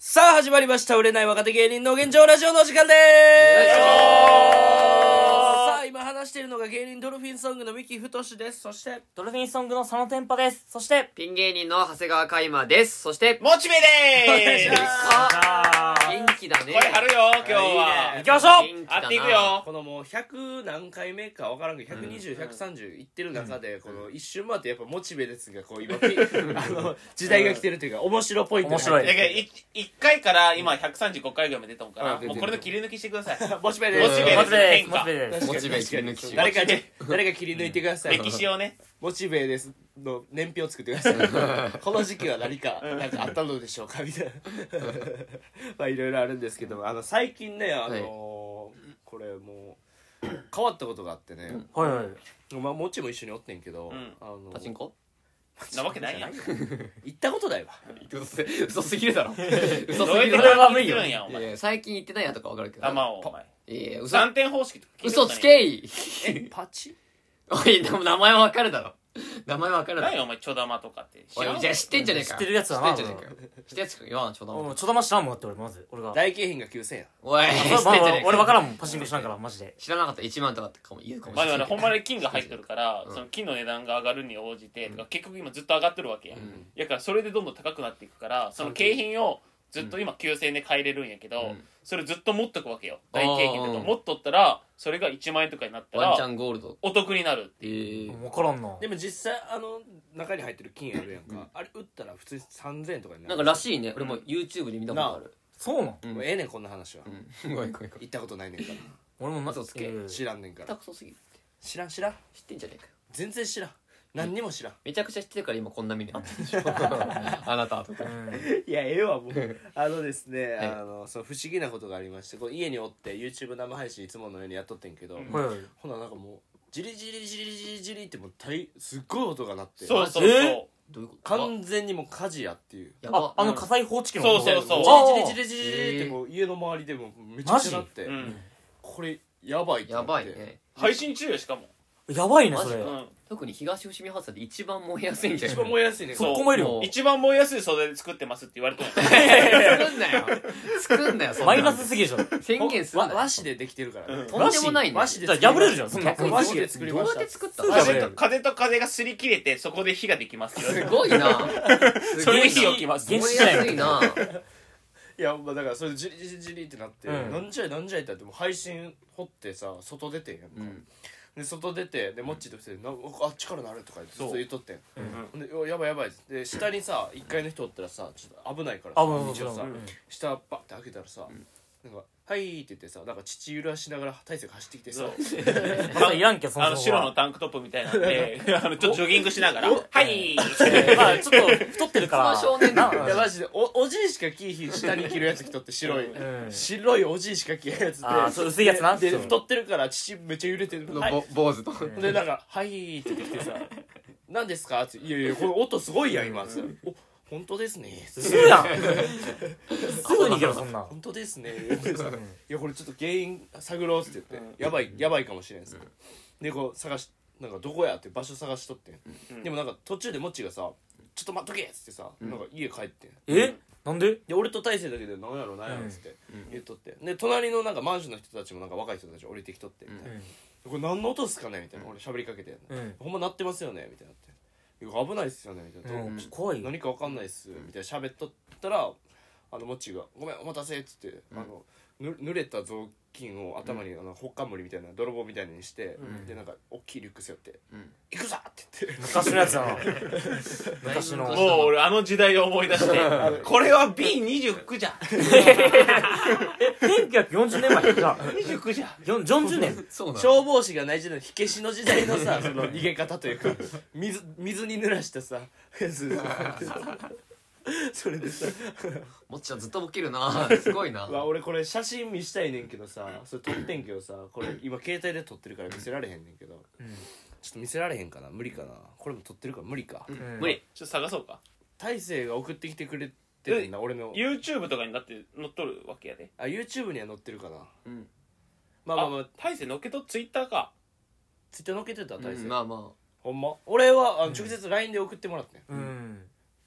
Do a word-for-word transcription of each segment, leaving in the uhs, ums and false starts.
さあ始まりました、売れない若手芸人の現状ラジオの時間でーす。さあ今話しているのが芸人ドルフィンソングの三木太です。そしてドルフィンソングの佐野天パです。そしてピン芸人の長谷川海馬です。そしてモチベでーす。 あ元気だね。 これ張るよ今日は。 行きましょう。 元気だな張っていくよ。 このもうひゃく何回目か分からんけどひゃくにじゅう、ひゃくさんじゅういってる中でこの一瞬回ってやっぱモチベですがこう今ピあの時代が来てるというか面白ポイント面白いだけどいいっかいから今ひゃくさんじゅうごかいぐらいまで出たもんかあ出てるら、もうこれの切り抜きしてください。 モチベです。 モチベモチベです。 変化モチベです。 モチベ切り抜きしよう誰かね誰か切り抜いてください。 歴史をね。 モチベですの年表を作ってください。この時期は何かなんかあったのでしょうかみたいなまあいろいろあるんですけども、あの最近ねあのーはいこれもう変わったことがあってね、 はいはい。 まあもちも一緒におってんけど、 うんあのパチンコなわけないやん。 行ったことないわ。 嘘すぎるだろ。嘘どうやってすぎるだろ。 それは無理よるんやおいやい前。 や最近言ってないやとか分かるけど。 あまあお前。 いやいや嘘三点方式とか聞いた嘘ことないつけい。 えパチおい、でも名前は分かるだろ。名前は分かるだろ。 何やお前ちょだまとかって知らん。 おいじゃあ知ってんじゃねえかよ。 知ってるやつだな知ってんじゃねえかよ。知ってるやつか言わん、ちょうど。 うん、ちょだま知らんもんだって俺まず俺が。 代金がきゅうせんえんや。 おい、知ってんじゃねえまあまあかよ。 俺分からんもん、パチンコ知らんからマジで。 知らなかったらいちまんとかってかも言うかもしまあれない。 でもねほんまに金が入ってるから、その金の値段が上がるに応じて、結局今ずっと上がってるわけや、 んだからそれでどんどん高くなっていくからその景品をずっと今きゅうせんえんで買えれるんやけど、 うんそれずっと持っとくわけよ。大景品だとあー持っとったらそれがいちまんえんとかになったワンチャらンゴールド。 お得になる。 ええ。 分からんな。 でも実際あの中に入ってる金あるやんか、あれ売ったら普通にさんぜんえんとかになる。 なんからしいね。俺も YouTube で見たことある。 そうなん。 うんもうええねんこんな話は、 うん。ごめんごめんごめん。 行ったことないねんから俺もな嘘つけうん知らんねんから。 下手くそすぎるって。 知らん知らん知ってんじゃねえかよ。 全然知らん何にも知らん。 めちゃくちゃ知ってるから今こんな目にあったでしょ。あなたとか。 うんいやええわもうあのですね、 いあのその不思議なことがありまして、こう家におって YouTube 生配信いつものようにやっとってんけど、 うんはいはい。 ほななんかもうジリジリジリジリジリってもう大すっごい音が鳴ってそうそうそう、 えどういうこと完全にもう火事やっていう。 やばあ、あの火災報知器のそうそうそうあージリジリジリジリジリってもう家の周りでもうめちゃくちゃなって、 うん、 これやばいってなやってばいね。 配信中よしかも、 やばいねそれマジか。 うん、 特に東伏見ハウスで一番燃えやすいんじゃない一番燃えやすいね。 そこもいるよ。 一番燃えやすい素材で作ってますって言われてる作んなよ。作んなよ、そんなマイナスすぎるじゃん。 宣言するなよ。 わ和紙でできてるからね、 うんとんでもないね。 和紙でじゃあ破れるじゃんそんな。 逆に和紙で作りどうやましたって作ったのそうだよ風と風と風が擦り切れてそこで火ができますよすごいな。 それで火起きます。 原燃え始じゃないやすいな。 いやまあだからそれでジリジリジリってなって、 うんなんじゃいなんじゃいってなってもう配信掘ってさ外出てんやんか、 うん。 で外出てでモッチーと二人でなあっちからなるとかずっと言っとってん、ほんでおやばいやばいっつってで下にさいっかいの人おったらさちょっと危ないからさあ、もう一応さ、 うん下バッて開けたらさ、なんか「はい」って言ってさなんか父揺らしながら大勢が走ってきてさまあいらんけどそあの白の情報はのタンクトップみたいなんであのちょっとジョギングしながら「はい」 まあちょっと太ってるから。 その少年だいやマジでおおじいしか着いひん下に着るやつ着とって白い、 うん白いおじいしか着へんやつであーそう薄いやつなででそう太ってるから父めっちゃ揺れてるはいぼ坊主と。 でなんか「はい」って言ってきてさ「何ですか?」って「いやいやこの音すごいやん今」つってお本当ですね」 すぐやん。すぐ逃げろそんな。 本当ですね」言ってさ「いやこれちょっと原因探ろう」って言って「やばいやばいかもしれん」っつってでこう探しなんかどこやって場所探しとってんでもなんか途中でもっちがさ「ちょっと待っとけ」っつってさなんか家帰ってんえなんで？ で俺と大勢だけで「何やろ何やろ」っつって言っとってで隣のなんかマンションの人たちもなんか若い人たち降りてきとってみたいな「これ何の音っすかね?」みたいな俺喋りかけてうん 「ほんま鳴ってますよね」みたいになっていや危ないっすよねみたいな、 うんちょっと怖いよ。 何か分かんないっすみたいな喋っとったらあのもっちが「ごめんお待たせ」っつって、あのぬ濡れた雑巾を頭に、あのほっかむりみたいな泥棒みたいにして、でなんか大きいリュック背負ってうん 「行くぞ!」って言って昔のやつだな。昔の。 だいぶもう俺あの時代を思い出してこれは ビーにじゅうきゅう じゃんせんきゅうひゃくよんじゅうねんまえじゃあにじゅうきゅうじゃんよんじゅうねん。 そうなの。 消防士がない時代の火消しの時代のさその逃げ方というか水水に濡らしたさやつそれでさもっちゃんずっとボケるな。すごいな。 うわ俺これ写真見したいねんけどさそれ撮ってんけどさこれ今携帯で撮ってるから見せられへんねんけどちょっと見せられへんかな無理かなこれも撮ってるから無理かうん無理。 ちょっと探そうか。 大勢が送ってきてくれててんな俺の YouTube とかになって載っとるわけやで。 あ YouTube には載ってるかなうん。 まあまあまああ大勢のっけと Twitter か。 ツイッター載っけてた大勢、 まあまほんま俺はあの直接 ライン で送ってもらってん、 うん。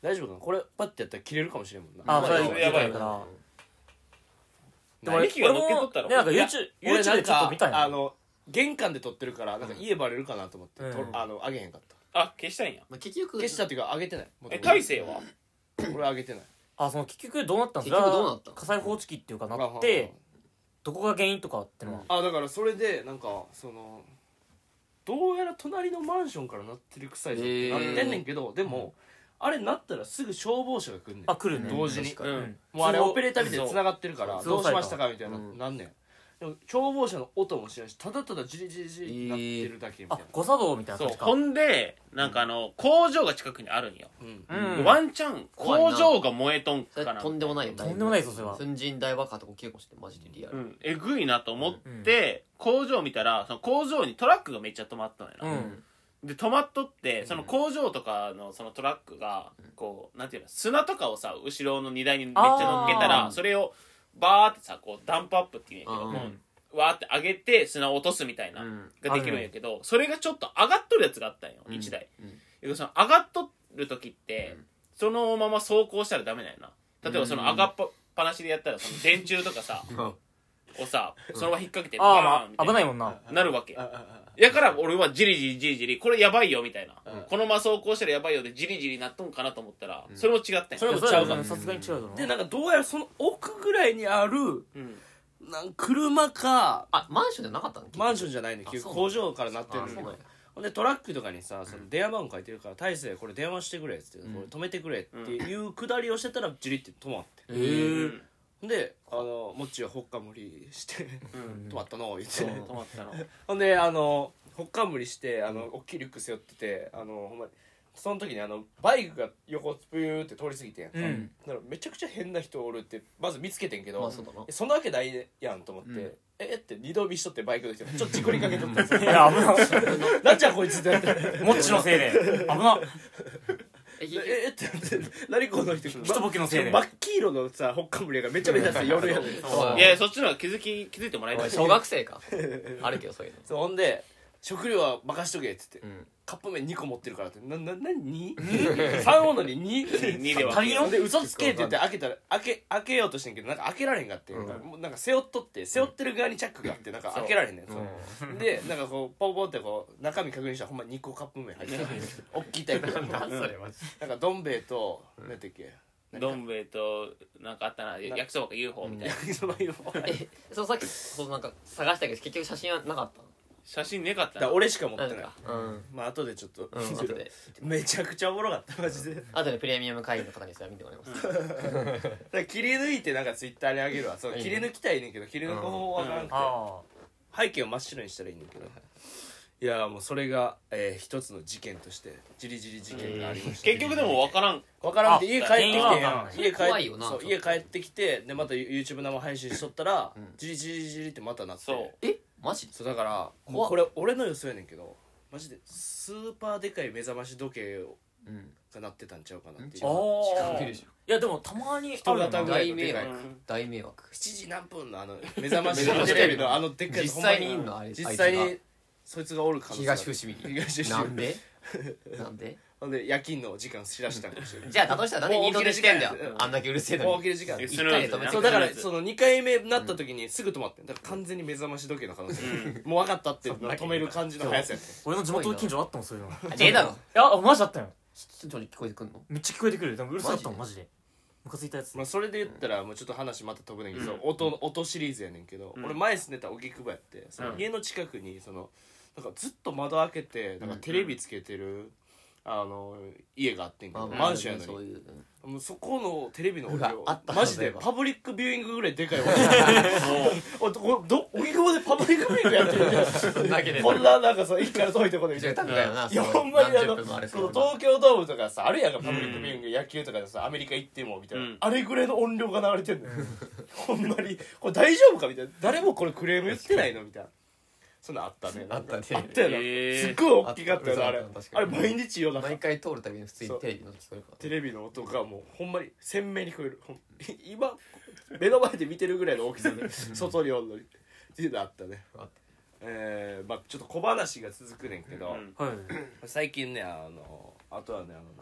大丈夫かなこれパッてやったら切れるかもしれんもんなあ、それやばいからでも息が乗っけとったらね、なんかいや YouTube, 俺 YouTube なんでちょっと見たんやかあの玄関で撮ってるからなんか家バレるかなと思って、 うんとあのあげへんかったあ消したんやまあ結局消したっていうかあげてないえ大勢は俺あげてないあ、その結局どうなったんです結局どうなった火災報知器っていうかなっあてどこが原因とかってのは、 あだからそれでなんかそのどうやら隣のマンションから鳴ってる臭いぞってなってんねんけど、でも、あれなったらすぐ消防車が来んねんあ、来るね同時に確かにうんもうあれオペレーターみたいに繋がってるからそうどうしましたかみたいな、 うんなんねんでも消防車の音もしないしただただジリジリジリなってるだけみたいな、 あ、誤作動みたいな感じか。 そうほんでなんかあの工場が近くにあるんようんうんワンチャン工場が燃えとんそれかなとんでもないよとんでもないぞそれは粉塵大爆発とか起きるかもしれないマジでリアル、 うんえぐいなと思って工場見たらその工場にトラックがめっちゃ止まったのような、 ん。 で止まっとってその工場とかのそのトラックがこうなんていうの砂とかをさ後ろの荷台にめっちゃ乗っけたあらーそれをバーってさこうダンプアップっていうんやけど、 うんもうわーって上げて砂を落とすみたいな、 うんができるんやけど、それがちょっと上がっとるやつがあったんよ、 うんいちだいうんけどその上がっとる時って、そのまま走行したらダメなんやな例えばその上がっぱっぱなしでやったらその電柱とかさをさそのまま引っ掛けてあバーンみたあ、 いな危ないもんな。 なるわけあああやから俺はジリジリジリジリこれやばいよみたいな、 うんこのまま走行したらやばいよでジリジリなっとんかなと思ったら、それも違ったんそれやもちゃうかもさすがに違うだろうな。 でなんかどうやらその奥ぐらいにあるうんなん車かあマンションじゃなかったのマンションじゃないねあ結そう構工場から鳴ってるあそうなんやほんでトラックとかにさその電話番号書いてるから「大勢これ電話してくれ」っつって、これ止めてくれっていうくだりをしてたらジリって止まって、 えうーんほんであのもっちはほっかむりしてうん止まったの言って止まったのほんであのほっかむりしてあの大きいリュック背負っててあのほんまにその時にあのバイクが横スプーって通り過ぎてんやんか、 うんだからめちゃくちゃ変な人おるってまず見つけてんけど、 まあそうだなえそんなわけないやんと思って、 うんえって二度見しとってバイクの人ちょっと事故りかけとったんですよいや、危な。 なんじゃこいつってなってもっちのせいで。危な。 え結局ええってなって何この人人ボケのせいで真っ黄色のさほっかむりがめちゃめちゃさ夜やねんそういやそっちの方が気づき気づいてもらえないおい小学生かあるけどそういうのそうほんで食料は任しとけっつって、 うんカップ麺にこ持ってるからってなななにさんおんのに に? にでは足りんよで嘘つけって言って開けたら開け開けようとしてんけどなんか開けられへんかって、 うんもうなんか背負っとって背負ってる側にチャックがあってなんか開けられへんねん、そうでなんかこうポンポンってこう中身確認したらほんまにこカップ麺入ってた大きいタイプなんなんそれマジなんかどん兵衛と何やったっけどん兵衛となんかあったな焼きそばか ユーフォー みたいな焼きそば ユーフォー だかえそうさっきそうなんか探したけど結局写真はなかったの写真ねかったなら俺しか持ってないなんかうんまあ後でちょっと、 うん後でめちゃくちゃおもろかったマジでだか後でプレミアム会員の方にそれは見てもらいますら切り抜いてなんかツイッターにあげるわそういいね切り抜きたいねんけど切り抜く方法わからんくて、 あ背景を真っ白にしたらいいんだけどいやもうそれが、えー一つの事件としてじりじり事件がありました、 結局でも分からん分からんって家帰ってきてあ原因は分からない家帰怖いよなそうちょっと家帰ってきてでまた YouTube 生配信しとったら、 うんじりじりじりってまたなってそうえマジでそうだからも怖っうこれ俺の予想やねんけどマジでスーパーでかい目覚まし時計うんが鳴ってたんちゃうかなっていあ。 うああ。 るでしょいや、でもたまにあ人るよな。 型ぐらい大迷のでかい惑大迷惑しちじ何分のあの目覚ましテレビのあのでっかいやつ実際にいんのあれ実際あいにそいつがおる可能性がある東伏見に東伏見なんでなんでほんで夜勤の時間知らしたんかもしれないじゃあだとしたらなんで二度寝してんだよもう起きる時間あんだけうるせえのにもう起きる時間え一回で止めてそうだからスヌーズそのにかいめになった時にすぐ止まってんだから完全に目覚まし時計の可能性もう分かったって止める感じの速さやって俺の地元近所あったもん、そういうの。いあねえだろや、マジだったよ。 ちょっと聞こえてくんのめっちゃ聞こえてくる。でもうるさかったもん、 ママジで。ムカついたやつま。あそれで言ったらもうちょっと話また飛ぶねんけど、音音シリーズやねんけど、 うん俺前住んでた荻窪やってそのうん家の近くにそのなんかずっと窓開けてなんかテレビつけてる、あの家があってんけど、 まあマンションやのにそういうもうそこのテレビの音うわ量あったマジでそういえばパブリックビューイングぐらいでかい音おどど荻窪でパブリックビューイングやってるじゃんそんだけでこんななんかさ一から遠いところで見て住宅街のないやほんまにあの何十分もあれすそのるよな東京ドームとかさあるやんかパブリックビューイング、野球とかでさアメリカ行ってもみたいな、 うんあれぐらいの音量が流れてんのよ、ほんまにこれ大丈夫かみたいな誰もこれクレーム言ってないのみたいなそんなんあったねあったねあったよな、 へーすっごい大きかったよなあれあった確あれかに毎日夜中毎回通るたびに普通にテレビの音聞こえるからテレビの音がもうほんまに鮮明に聞こえるほん今目の前で見てるぐらいの大きさで外におんのにっていうのあったねあったえー、まあちょっと小話が続くねんけど、 うんはい。 最近ねあのあとはねあのなんか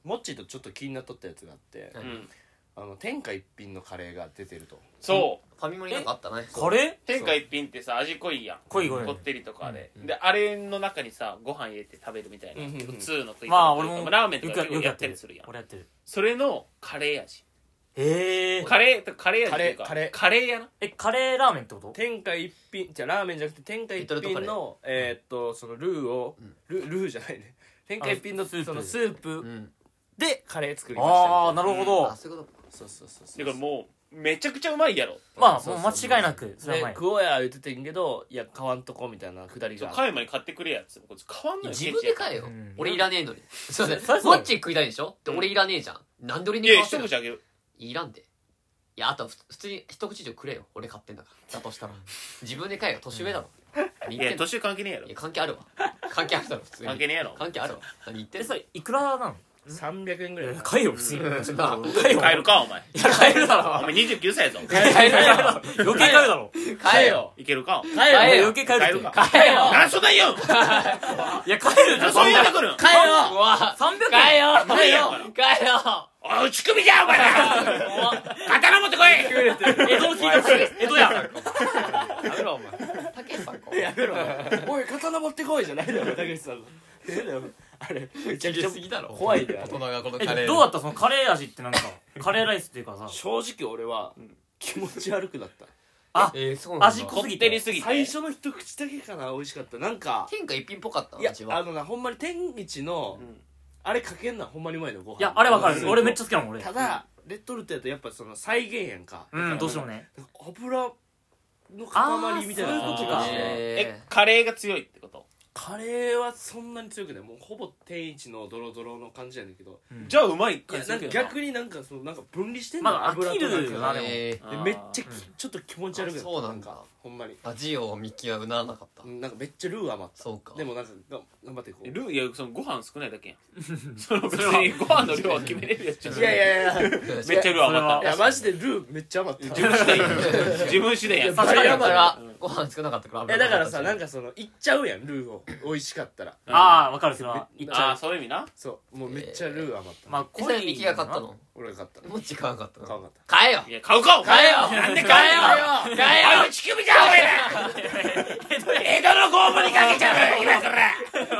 モッチーとちょっと気になっとったやつがあって、 はいうんあの天下一品のカレーが出てると。 そうファミマになんかあったね。 カレー天下一品ってさ味濃いやん濃い濃いこってりとかで、 うんであれの中にさご飯入れて食べるみたいな、 うんうんうん普通の食い方まあ俺もラーメンとよくか結構やっよくやったてるりするやん俺やってるそれのカレー味へえカレーカレー味っていうかカレーカレーやなえカレーラーメンってこと天下一品じゃあラーメンじゃなくて天下一レトルトカレー品のえーっとそのルーを、 んルルーじゃないね天下一品のあスープそのスーうプん。 でカレー作りましたみたいな。 ああなるほどあ、そういうこそうそうそうそうだからもうめちゃくちゃうまいやろまあそうもそうう間違いなくそれではうまい食おうや言っててんけどいや買わんとこみたいなくだりが買えまに買ってくれやつこいつ買わんのよと。自分で買えようん。 俺いらねえのに。そうだね。 そりゃそうモッチー食いたいでしょで、俺いらねえじゃん。なんで俺にいや買わせる一口あげるいらんで。いや、あとはふ普通に一口以上くれよ。俺買ってんだから。だとしたら。自分で買えよ。年上だろ。何い言ってんのや年関係ねえやろいや、関係あるわ。関係あるだろ、普通に。 関係ねえやろ関係あるわ。何言ってんのえそれいくらなのさんびゃくえんぐらいかな買えよ普通にな買えよ買えるかお前いや買えるだろお前にじゅうきゅうさいやぞ買えるよ。 余計買えるだろ買えよ。 いけるか買えよ買えよ余計買えるって買えるか買えよ。 何そんなん言うんいや買える何そう言うてくるん買えよ。うわ。 さんびゃく買えよ。 買えよ買えよ。 おい打ち首じゃお前ら刀持ってこい江戸の聞いた江戸ややめろ、お前。たけしさんか。 やめろおい刀持ってこいじゃないだろたけしさんのあれめちゃくちゃすぎだろ。 怖いであれ大人がこのカレー。 えどうだったそのカレー味ってなんかカレーライスっていうかさ正直俺は気持ち悪くなったあえー、そうなんだ。 味濃すぎてりすぎて最初の一口だけかな美味しかったなんか天下一品っぽかったいや味は。 あのなほんまに天一のうんあれかけんなほんまにうまいのご飯いやあれわかるうん俺めっちゃ好きなもん俺ただレトルトやとやっぱその再現やんかうんどうしてもね油の塊みたいな感じがしてえカレーが強いってことカレーはそんなに強くないもうほぼ天一のドロドロの感じやねんけどじゃあうまいいやなんか感じするけどな逆になんかそのなんか分離してんの、 まあ油となん飽きるよなかでもえでめっちゃきちょっと気持ち悪くなったあそうなんだかほんまにー、味をミッキーはうならなかった。 なんかめっちゃルー余ったそうか。 でもなんかが頑張ってこうルーいやそのご飯少ないだけやんその別にご飯の量は決めれるやつじゃないいやいやいやめっちゃルー余っいやマジでルーめっちゃ余ったた自分次第自分次第やんいや確かにバリそれはご飯少なかったから。 えだからさなんか、 かそのいっちゃうやんルーを美味しかったらああわかるそれは言っちああゃうそういう意味なそうもうめっちゃルー余った、 まあえ、それミッキーが買ったの俺が買ったもっち買わなかったの買わなかっ買えよいや買うかお前買えよなんで買えよ買えよ買えよおい乳首じゃお前ら江戸の拷問にかけちゃう今から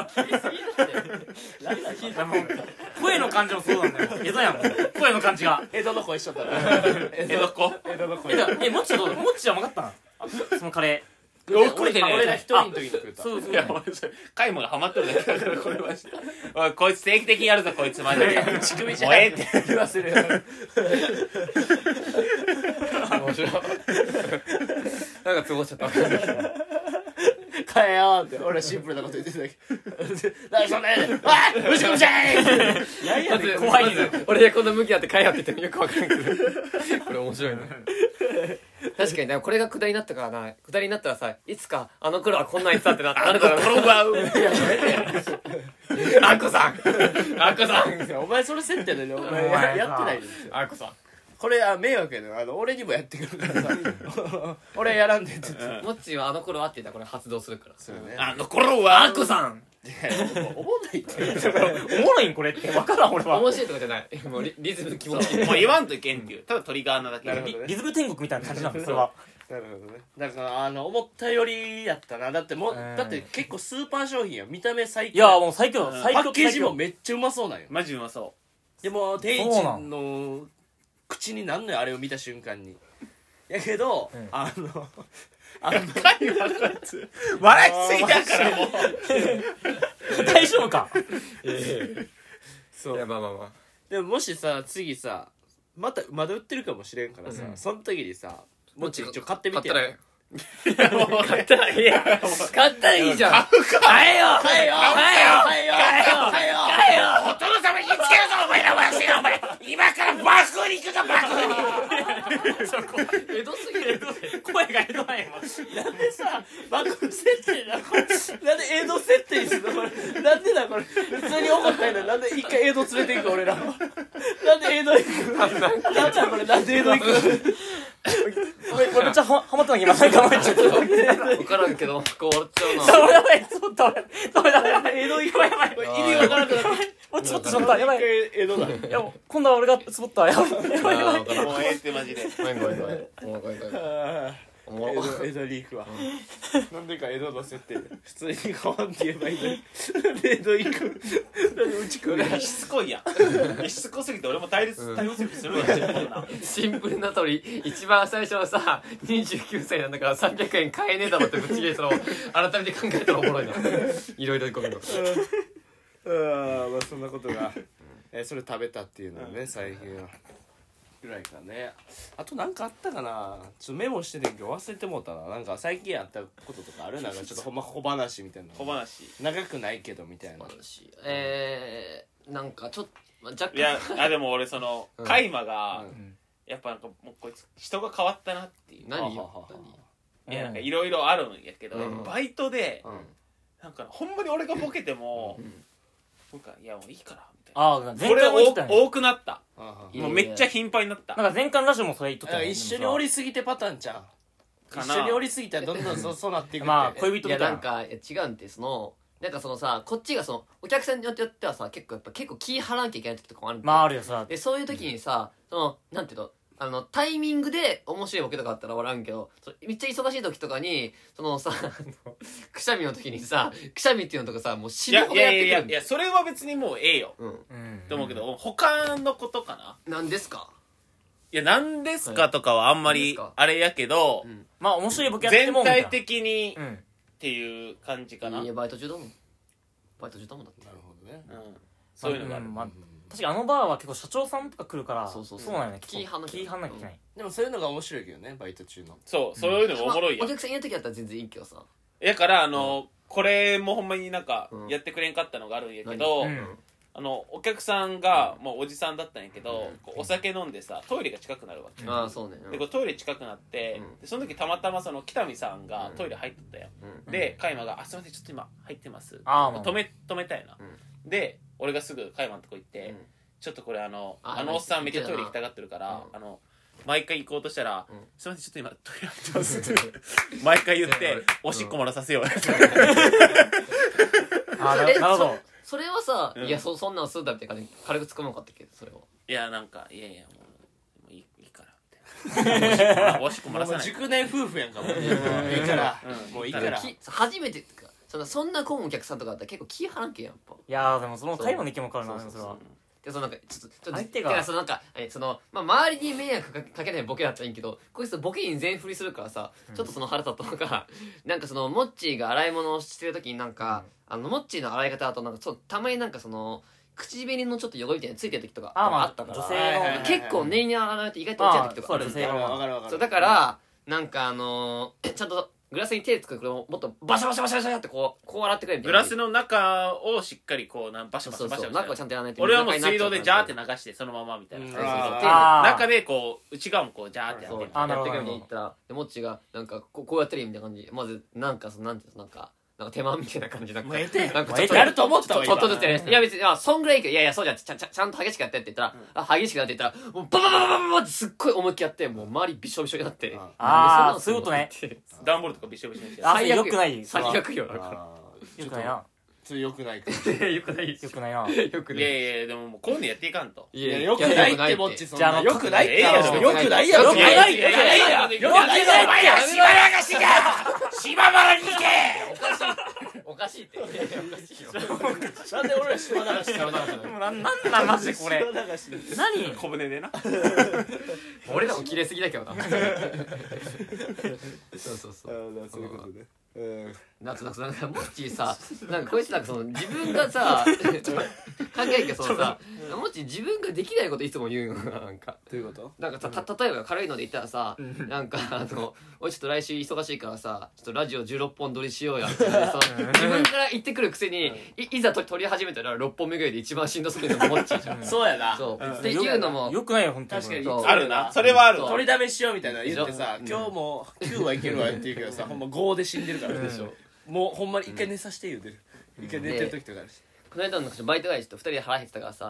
もう声の感じもそうなんだよ江戸やんもう声の感じがた江戸の声しとったな江江戸っ子江戸の声えだえもっちどうもっちは分かったなあそのカレ俺食えてね俺らえ一人の時に食っーたそうそういや俺それカイモがハマってるだけだからこれはおいこいつ定期的にやるぞこいつマジで乳首じゃもうええって言わせる面白い。なんかつぼっちゃった。 買えよって俺はシンプルなこと言ってただけ何そんなやねんおいむしゃむしゃい何やまずねん怖いねまず俺でこんな向き合って買えよって言ってもよくわからんけどこれ面白いね確かにねこれが下りになったからな下りになったらさいつかあの頃はこんなん言ってたってななるから転ばうあっこさんあっこさんお前それ設定だよお前お前さややってないですよあっこさんこれあ迷惑やねんあの俺にもやってくるからさ俺やらんでって言ってもっちはあの頃はって言ったらこれ発動するからするねあの頃はあっこさんいやおもんないっておもろいんこれって分からん俺は面白いとかじゃないもうリリズム気持ちいいもう言わんといけんっていうただトリガーなだけなるほどねリズム天国みたいな感じなんだそれはなるほどねだからあの思ったよりやったなだってもううんだって結構スーパー商品や見た目最強いやもう最強うん最強パッケージもめめっちゃうまそうなんよマジうまそでも天一そうなんの口になんのよあれを見た瞬間にやけど、 うんあのあのう何はこいつ笑いすぎだからもう大丈夫かそういやまあまあまあでももしさ次さまたまだ売ってるかもしれんからさ、 うんその時にさもっち一応買ってみて買ったら買ったらいいや買ったらいいじゃん買うか買えよ買えよ買えよ買えよ買えよ買えよ買えよお殿様につけるぞお前らわしがお前今から爆風に行くぞ爆風に江戸すぎる声が江戸なんやなんでさ幕府設定なのこれなんで江戸設定にするのこれなんでだこれ普通に怒ったんだなんで一回江戸連れて行く俺らなんで江戸行くなんだこれなんで江戸行くごめん俺めっちゃはハマったんだけど今なんかもうちょっと分からんけどこう終わっちゃうな俺やばいちょっと俺それだめやばい江戸行くやばいこれ意味わからなくなっても俺ツボってしまったやばい江戸だいやもう今度は俺がツボったやばいやばいやばいあーわからんもうええってマジでごめんごめんごめんごめんごめんごめんあおもろー江戸江戸に行くわなんでか江戸の設定で普通に変わんって言えばいいのに江戸行くなんでうち来るしつこいやんしつこすぎて俺も対立対応するするやんこんなんシンプルな通り一番最初はさにじゅうきゅうさいなんだからさんびゃくえん買えねえだろってぶっちぎりその改めて考えたらおもろいないろいろごめんごめんああまあそんなことがえーそれ食べたっていうのはね最近はぐらいかね。あとなんかあったかな、ちょっとメモしててんけど忘れてもうたな。なんか最近あったこととかある、なんかちょっとほんま小話みたいな、 小話長くないけどみたいな。 話えー、なんかちょっと若干いやあでも俺そのうんカイマがうんやっぱなんかもうこいつ人が変わったなっていう何よはははいやなんかいろいろあるんやけど、 うんバイトで何うんなんかほんまに俺がボケても、 うんなんかいやもういいからみたいああな前これ多回も言ってたよね多くなったあはやもうめっちゃ頻繁になったなんか前回のラジオもそれ言っとっだからたよね一緒におりすぎてパターンちゃう、 かな一緒におりすぎたらどんどんそそうなっていくって、 まあ恋人いやみたいなんなかいや違うんってそのなんかそのさこっちがそのお客さんによってはさ結構やっぱ結構気張らなきゃいけない時とかもあるんだよまああるよそれはでそういう時にさそのなんていうのあのタイミングで面白いボケとかあったら笑うんけどそめっちゃ忙しい時とかにそのさあのくしゃみの時にさくしゃみっていうのとかさもうい死ぬほどやいややってくるんだよいやいやそれは別にもうええようんうんと思うけど、他のことかななんですかいや何ですかとかはあんまり何ですかあれやけど、 うんまあ面白いボケやって全もみたいな体的にっうんていう感じかな、 いやバイト中だもんバイト中だもんだってなるほどね。 うん、そういうのがある、 んまあ確かにあのバーは結構社長さんとか来るからそうそうそうそうなんよね気張んなきゃ気張んなきゃいけないでもそういうのが面白いけどね、バイト中の。 そうそういうのがおもろいやん、 まあお客さんいる時だったら全然いいけどさだからあの、これもほんまになんかうんやってくれんかったのがあるんやけど、 うんあのお客さんがもうおじさんだったんやけど、こうお酒飲んでさトイレが近くなるわけ、 ああそうねでこうトイレ近くなって、 うんでその時たまたまその北見さんがトイレ入っとったよ、 うんでカイマが「あすいませんちょっと今入ってます」 あーまあ止め止めたいな、 うで俺がすぐカイマのとこ行って、 うんちょっとこれあのああのおっさんめっちゃトイレ行きたがってるから、 うんあの毎回行こうとしたら「 うんすいませんちょっと今トイレ入ってます」って毎回言って「おしっこ漏らさせよう」 あーなえなるほどそそれはさ、 うんいやそそんなんすんだみたいな感じで軽く突っ込まなかったっけそれはいやなんかいやいやもうもういいいいからみたいなおしっこ漏もうらさない熟年夫婦やんかもういいから、 うんもういいからき初めてってかそんなそんな混むお客さんとかだったら結構気張らんけんやっぱいやーでもその会話の意見も分かるなそうそれはでそのなんかちょっとちょっと相手がだからそのなんかえその、まあ、周りに迷惑かかけないボケだったらいいけどこいつボケに全振りするからさちょっとその腹立ったのが、なんかそのモッチーが洗い物をしてる時になんか、あのモッチーの洗い方だとなんかちょっとたまになんかその口紅のちょっと汚れみたいなのついてる時とかあーまああったから、 女性はいはいはい結構念に洗わないと意外と落ちない時とかあるんだよあーそうだわかるわかるわかる。 そうだからなんかあのー、ちゃんとグラスに手つくからもっとバシャバシャバシャバシャってこうこう洗ってくれみたいなグラスの中をしっかりこうなんバシャバシそうそうャバシャバシャ中をちゃんとやらないと俺はもう水道でジャーってな流してそのままみたいなうんそうそうそうあーであー中でこう内側もこうジャーってやっそうてあーなやってくれるほどみたいに言ったらでもっちがなんかこうこうやってるみたいな感じでまずなんかそのなんていうのなんかなんか手間みたいな感じなんかもうええてなんかもうええてやると思ったわちょっとずつやるいや別にあそんぐらいいいけどいやいやそうじゃんちゃんちゃんちゃんと激しくやってって言ったら、あ激しくなって言ったらもうバババババババってすっごい思いっきりやってもう周りびしょびしょになってああーなんでそういうことねそんなの段ボールとかびしょびしょにしてあ最悪よくない最悪よだかあーよくないなちょっとよくないかららよくないよくないなよくないいやいやでももうこういうのやっていかんといいやよくないってぼっちそんじゃああのなよくないってええやろよくないやろよくないやろよくないやろよくないやろお前ら島流しか島原に行けおかしいっておかしいっておかしいよなんで俺ら島流ししたのもうなんなんなんマジでこれ島流しで何小舟でな俺らも綺麗すぎだけどなそうそうそうあそういうことねうんなんかなんかなんかモッチーさなんかこいつなんかその自分がさちょっと考えるけどそのさモッチー自分ができないこといつも言うのなんかどういうことなんかたた例えば軽いので言ったらさなんかあの「おいちょっと来週忙しいからさちょっとラジオじゅうろっぽん撮りしようや」ってそう自分から言ってくるくせにいいざと撮り始めたらろっぽんめぐらいで一番しんどすぎるのがモッチーじゃんそうやなそううんっていうのもよくないよ本当に確かにそうあるなそれはあるわ取りだめしようみたいなの言ってさうん今日もきゅうはいけるわって言うけどさほんまごで死んでるからうんでしょもうほんまに一回寝させて言うてる一回寝てる時とかあるしこの間のバイト帰りちょっとふたりで腹減ってたからさ、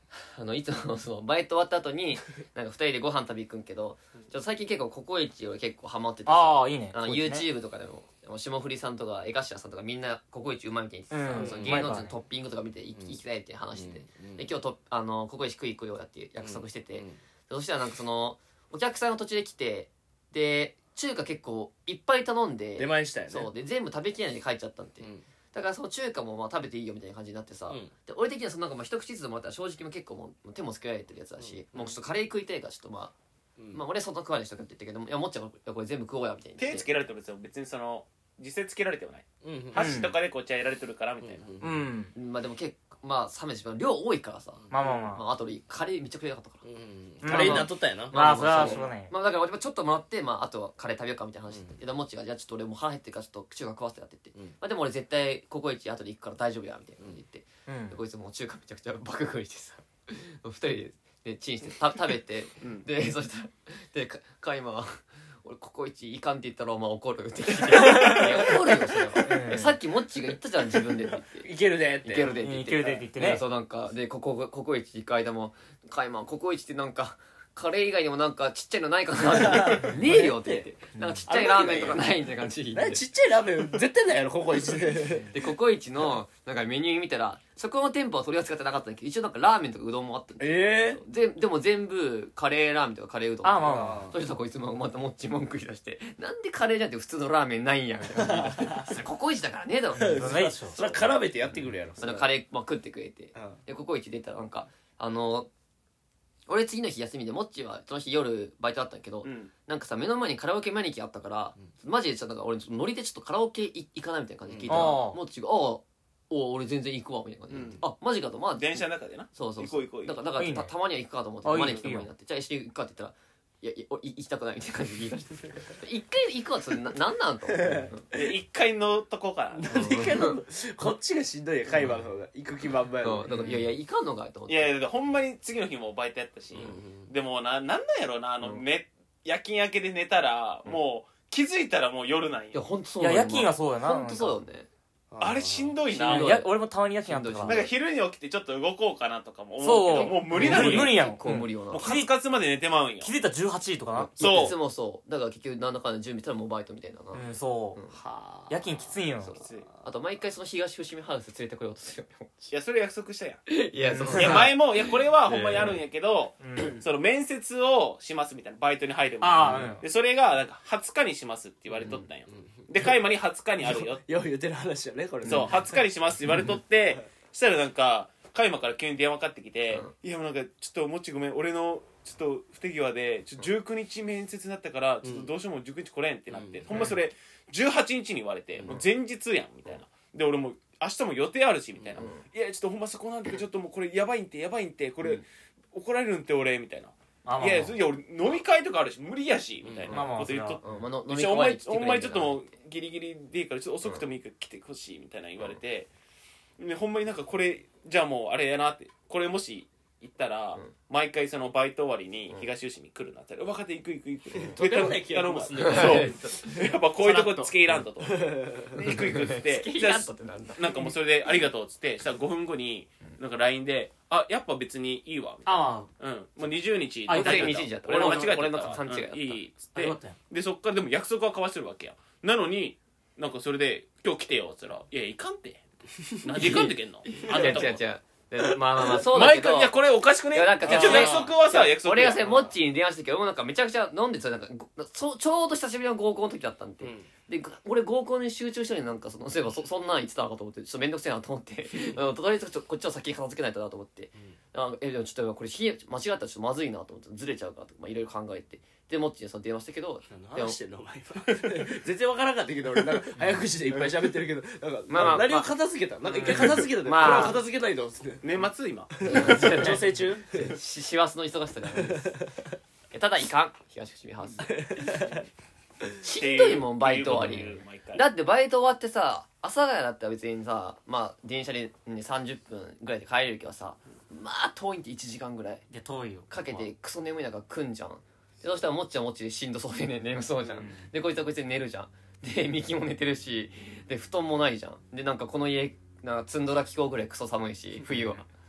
あのいつもそのバイト終わった後になんかふたりでご飯食べ行くんけど、ちょっと最近結構ココイチ俺結構ハマっててさ、 ああいいねあのそうですね YouTube とかでも霜降りさんとか江頭さんとかみんなココイチうまいみたいに言ってさ、 うんその芸能人のトッピングとか見て行き,、行きたいって話してて、で今日とあのココイチ食い行くようやって約束してて、そしたらなんかそのお客さんが途中で来て、で中華結構いっぱい頼んで出前したよね。 そうで全部食べきれないで帰っちゃったんで、 うんだからその中華もまあ食べていいよみたいな感じになってさ、 うんで俺的にはそのなんかまあ一口ずつもらったら正直も結構もう手もつけられてるやつだし、もうちょっとカレー食いたいからちょっとまあ、 うんまあ俺はそんな食わないしとかって言ったけども、いやもっちゃんがこれ全部食おうやみたいに言って手つけられてるんですよ別にその実際つけられてはない、 うん箸とかでこっちはやられてるからみたいな、 うんうんまあでも結構まあ冷めてしまう量多いからさ、 まあまあままあ、あと俺カレーめちゃくちゃ良かったから、 うんカレーになっとったんやな。 あまあそれはしょうがないまあだから俺もちょっともらって、まあ、あとはカレー食べようかみたいな話してて、でもっちがじゃあちょっと俺もう腹減ってるからちょっと中華食わせてやってって、 うんまあでも俺絶対ココイチ後で行くから大丈夫やみたいな感じで言って、 うんでこいつもう中華めちゃくちゃ爆食いしてさ二人ででチンしてた食べて、 うんでそしたらでかか今俺ココイチいかんって言ったらお前怒るって聞いていや怒るよそれは、 うんさっきモッチーが言ったじゃん自分でって言っていけるでって。 いけるでって言っていけるでって言ってね、 ねそうなんかでここココイチ行く間も「カイマンココイチってなんかカレー以外にもなんかちっちゃいのないかな」って「ねえよ」って言って「なんかちっちゃいラーメンとかない」みたいな感じで言ってなちっちゃいラーメン絶対ないやろココイチで。 でココイチのなんかメニュー見たらそこの店舗は取り扱ってなかったんだけど一応なんかラーメンとかうどんもあったんでえででも全部カレーラーメンとかカレーうどんあまあまそしたらこいつもまたもっち文句言い出して「なんでカレーじゃんって普通のラーメンないんや」みたいな感じで言い出して「それココイチだからねえだろ」 えないでしょそれは絡めてやってくるやろ。 あのカレー、まあ、食ってくれてうんでココイチ出たらなんかあの俺次の日休みでモッチーはその日夜バイトだったんだけど、 うんなんかさ目の前にカラオケマニキあったから、マジでちょっとなんか俺ちょっとノリでちょっとカラオケい行かないみたいな感じで聞いたら、 うんモッチーが「ああお俺全然行くわ」みたいな感じで、 うんあマジかとまあ電車の中でなそうそう行こう行こう行こうだからだからいいねたたまには行くかと思ってあいいマニキともになってじゃあ一緒に行くかって言ったらいやいやおい行きたくないみたいな感じで言い出して一回行くわってそれななんなんと思ってで一回乗っとこうかななんでかのこっちがしんどいや海馬の方が行く気満々やろそうだからいやいや行かんのかいと思っていやいやだってほんまに次の日もバイトやったし、 んでもななんなんやろなあの、 うんね夜勤明けで寝たら、もう気づいたらもう夜なんいやよ本当そうだよいや夜勤はそうやな本当そうよねあれしんどいしなんどいや俺もたまに夜勤あったかしんらなんか昼に起きてちょっと動こうかなとかも思うそうけどもう無理なんよ無理やん結構無理よな、 もうカツカツまで寝てまうんよ気づいたらじゅうはちじとかなそういつもそうだから結局何だかんだ準備したらもうバイトみたいなな、 うんそううんはあ夜勤きついんよそうきついあと毎回その東伏見ハウス連れてこようとするよいやそれ約束したやんいやそういや前もいやこれはほんまにあるんやけど、 うんその面接をしますみたいなバイトに入るみたいなああうんでそれがなんかはつかにしますって言われとったんよ、でカイマにはつかにあるよよう言うてる話やねこれねそうはつかにしますって言われとってしたらなんかカイマから急に電話かかってきて「いやもうなんかちょっともっちごめん俺のちょっと不手際でちょっとじゅうくにち面接になったからちょっとどうしようもじゅうくにち来れん」ってなって、ほんまそれじゅうはちにちに言われて、もう前日やんみたいなで俺も明日も予定あるしみたいな「いやちょっとほんまそこなんだけどちょっともうこれやばいんてやばいんてこれ、怒られるんて俺」みたいな。 まあまあいやいや俺飲み会とかあるし無理やしみたいなまあまあこと言っとって、 うんまあの飲み一応お前込まれに来てくれお前ちょっとみもうギリギリでいいからちょっと遅くてもいいから来てほしいみたいな言われて、でほんまになんかこれじゃあもうあれやなってこれもし行ったら、 ん毎回そのバイト終わりに東吉見来るなって言ったら「分かって行く行く行く」 とんでもない気が頼むわするそうやっぱこういうとこつけいらんととで行く行くっつってたいなってなんだなんかもうそれで「ありがとう」っつってしたらごふんごになんか ライン で「あやっぱ別にいいわ」みたいなあうん、もうにじゅうにちあよかった大丈夫にじゅうにちだった俺の間違えてた俺の勘違いだったうんいいっつっあてよかったよでそっからでも約束は交わしてるわけやなのになんかそれで「今日来てよ」っつったら「いやいかんってなんでいかんってけんの?」あん違うたとこ違う違うでまあまあまあそうだけど毎回いやこれおかしくねいやなんか一応約束はさ約束俺がさモッチーに電話した時俺もなんかめちゃくちゃ飲んでさなんかごそちょうど久しぶりの合コンの時だったんで、で俺合コンに集中したのになんかそのそういえば そ, そんなん言ってたのかと思ってちょっと面倒くせえなと思ってあのとりあえずちょこっちを先に片付けないとなと思って、あえでもちょっとこれ日間違ったらちょっとまずいなと思ってずれちゃうからとかまあいろいろ考えてでモッチーにその電話したけど何話してんのお前今全然わからなかったけど俺なんか早口でいっぱい喋ってるけどなんか、 まあまあ何を片付けたなんか一回片付けたで、 まあこれは片付けないとっつって年末今調整中し師走の忙しさがあるんですえただいかん東伏見ハウスしんどいもんバイト終わり毎回だってバイト終わってさ阿佐ヶ谷だったら別にさまあ電車で、ね、さんじゅっぷんぐらいで帰れるけどさまあ遠いんっていちじかんぐらいいや遠いよかけてクソ眠い中来んじゃんでそしたらもっちゃんもっちでしんどそうでね眠そうじゃん、でこいつはこいつで寝るじゃんでミキも寝てるしで布団もないじゃんでなんかこの家なんかツンドラ気候ぐらいクソ寒いし冬は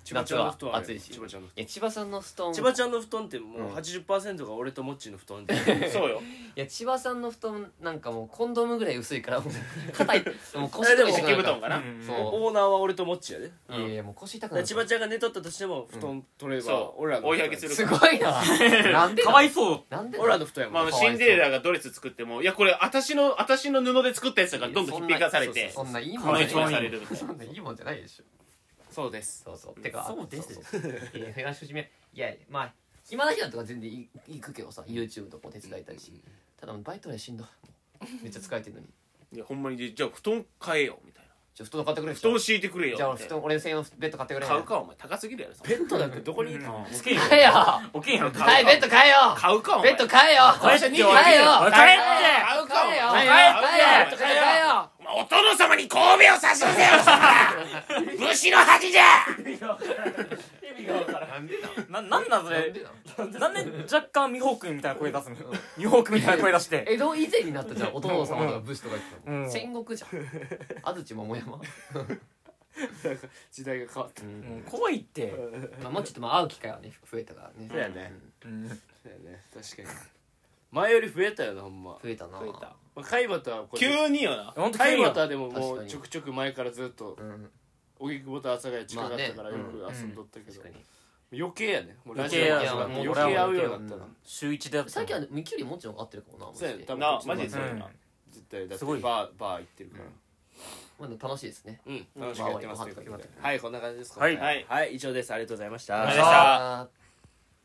千葉ちゃんの布団ある暑いし千葉ちゃんの布いや千葉さんの布団千葉ちゃんの布団ってもううん はちじゅっパーセント が俺とモッチーの布団でそうよいや千葉さんの布団なんかもうコンドームぐらい薄いからもう硬いもう腰とか痛くなるから敷布団かなうんそうオーナーは俺とモッチーやでいやいやもう腰痛くだからなる千葉ちゃんが寝とったとしても布団取ればそう俺らの追い上げするすごいななんでかわいそうなんで俺らの布団やまあ、 もんシンデレラがドレス作ってもいやこれ私の私の布で作ったやつだからどんどんひっぺかされてそんないいもこのんじゃない一番されるみたいそなんないいもんじゃないでしょそうですそうそうてかそうですそうそういや東口目いやまあ暇な日なんとか全然い行くけどさ YouTube とかも手伝いたいしただバイトでしんどいめっちゃ疲れてるのにいやほんまにじゃあ布団買えよみたいなじゃあ布団買ってくれ布団敷いてくれよじゃあみたいな俺布団俺専用ベッド買ってくれ買うかお前高すぎるやろそんなベッドだってどこにいるの起きんよ買えよ起きんよはいベッド買えよ買うかお前ベッド買えよ会社に買えよおい帰って買うかお買えよ前買えよ買うか買えよ買えよお前お殿様に神戸を差し出せよそんな虫の恥じゃなんでななんなんそれなんでななんで若干美穂君みたいな声出すの美穂君みたいな声出して江戸以前になったじゃんお殿様とか武士とか言ってたうん戦国じゃん安土桃山時代が変わったうん怖いってまあもうちょっとまあ会う機会はね増えたからねそうやねうんそうやね確かに前より増えたよなほんま増えたな増えたまあ海馬とはこれ急によなほんと急によ海馬とはでもも確かにうちょくちょく前からずっとうん荻窪と阿佐ヶ谷近かったからよまあねく遊んどったけど確かに余計やねもうラ余計やジオが始まってもう余計会うようになったなうん週一で最近はミキよりもっちろん合ってるかもなマジでそうやね多分なこっちの方がマジでそうやな絶対だってすごいバーバー行ってるからまあでも楽しいですねうん楽しくやってますということでうんはいこんな感じですかはいはい以上ですありがとうございましたありがとうございましたあー